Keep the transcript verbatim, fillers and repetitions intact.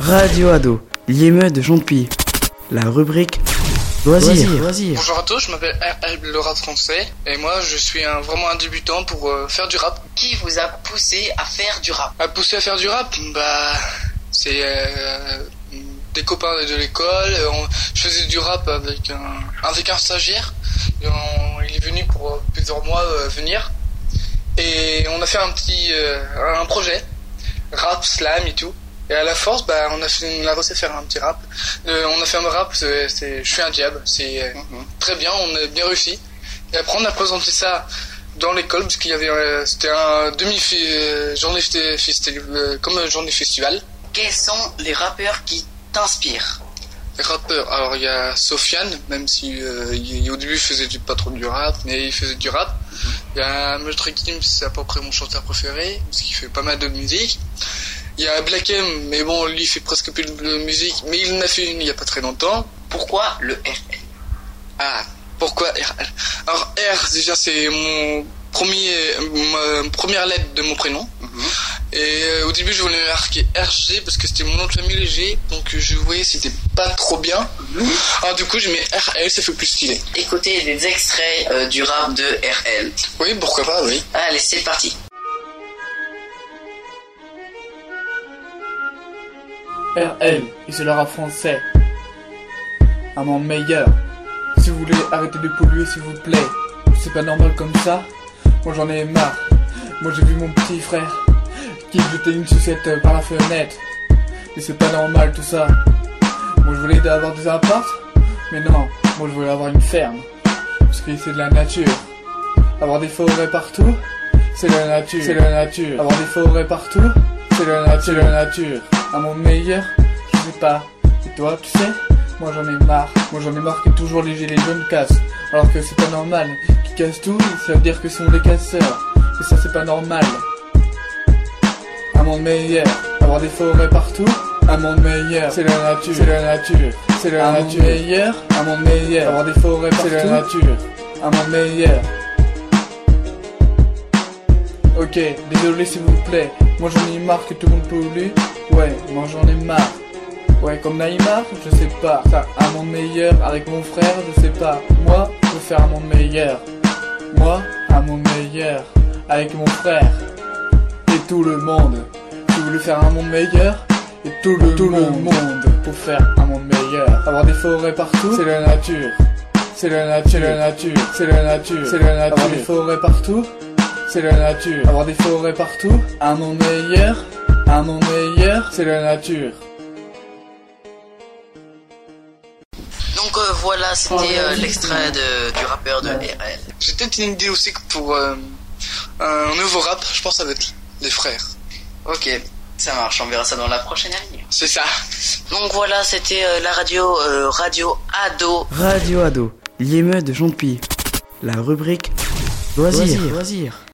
Radio Ado, l'émeute de Champy. La rubrique Loisirs. Loisirs. Bonjour à tous, je m'appelle R L, le rap français, et moi je suis un, vraiment un débutant pour euh, faire du rap. Qui vous a poussé à faire du rap? À pousser à faire du rap, bah c'est euh, des copains de l'école. On, je faisais du rap avec un avec un stagiaire. Et on, il est venu pour plusieurs mois euh, venir, et on a fait un petit euh, un projet rap, slam et tout. Et à la force, bah, on a fait, on a réussi à faire un petit rap. Euh, on a fait un rap, c'est, c'est, je fais un diable, c'est euh, mm-hmm. très bien, on a bien réussi. Et après, on a présenté ça dans l'école, parce qu'il y avait, euh, c'était un demi-journée euh, festival, euh, comme un journée festival. Quels sont les rappeurs qui t'inspirent? Les rappeurs, alors il y a Sofiane, même si euh, il, au début il faisait du, pas trop du rap, mais il faisait du rap. Mm-hmm. Il y a Meurtre Kim, c'est à peu près mon chanteur préféré, parce qu'il fait pas mal de musique. Il y a Black M, mais bon, lui il fait presque plus de musique, mais il en a fait une il y a pas très longtemps. Pourquoi le R L? Ah, pourquoi R L? Alors R, déjà c'est mon premier, ma première lettre de mon prénom. Mm-hmm. Et euh, au début je voulais marquer R G parce que c'était mon nom de famille G, donc je voyais c'était pas trop bien. Mm-hmm. Alors du coup je mets R L, ça fait plus stylé. Écoutez des extraits euh, du rap de R L. Oui, pourquoi pas, oui. Allez, c'est parti. R L, et c'est le rap français. Un monde meilleur. Si vous voulez arrêter de polluer, s'il vous plaît. C'est pas normal comme ça. Moi j'en ai marre. Moi j'ai vu mon petit frère qui jetait une sucette par la fenêtre. Mais c'est pas normal tout ça. Moi je voulais avoir des apparts, mais non, moi je voulais avoir une ferme. Parce que c'est de la nature. Avoir des forêts partout, c'est la nature. C'est la nature. Avoir des forêts partout, c'est la nature. C'est la nature. Un monde meilleur, je sais pas. Et toi, tu sais, moi j'en ai marre. Moi j'en ai marre que toujours les gilets jaunes cassent. Alors que c'est pas normal. Qu'ils cassent tout, ça veut dire que ce sont des casseurs. Et ça c'est pas normal. Un monde meilleur, avoir des forêts partout. Un monde meilleur, c'est la nature. C'est la nature. C'est la un nature. Monde meilleur, un monde meilleur, avoir des forêts partout. C'est la nature. Un monde meilleur. Ok, désolé s'il vous plaît. Moi j'en ai marre que tout le monde pollue. Ouais, moi j'en ai marre. Ouais, comme Neymar, je sais pas. Faire un monde meilleur avec mon frère, je sais pas. Moi, je veux faire un monde meilleur. Moi, un monde meilleur avec mon frère. Et tout le monde. Je voulais faire un monde meilleur. Et tout le, tout monde. le monde. Pour faire un monde meilleur. Avoir des forêts partout, c'est la nature. C'est la nature. C'est la nature. C'est la nature. C'est la nature. Avoir des forêts partout, c'est la nature. Avoir des forêts partout, un monde meilleur. Un monde meilleur, c'est la nature. Donc euh, voilà, c'était euh, l'extrait de, du rappeur de R L. J'ai peut-être une idée aussi pour euh, un nouveau rap, je pense avec les frères. Ok, ça marche, on verra ça dans la prochaine année. C'est ça. Donc voilà, c'était euh, la radio, euh, Radio Ado. Radio Ado, l'émeute de Champy. La rubrique Loisirs. Loisirs.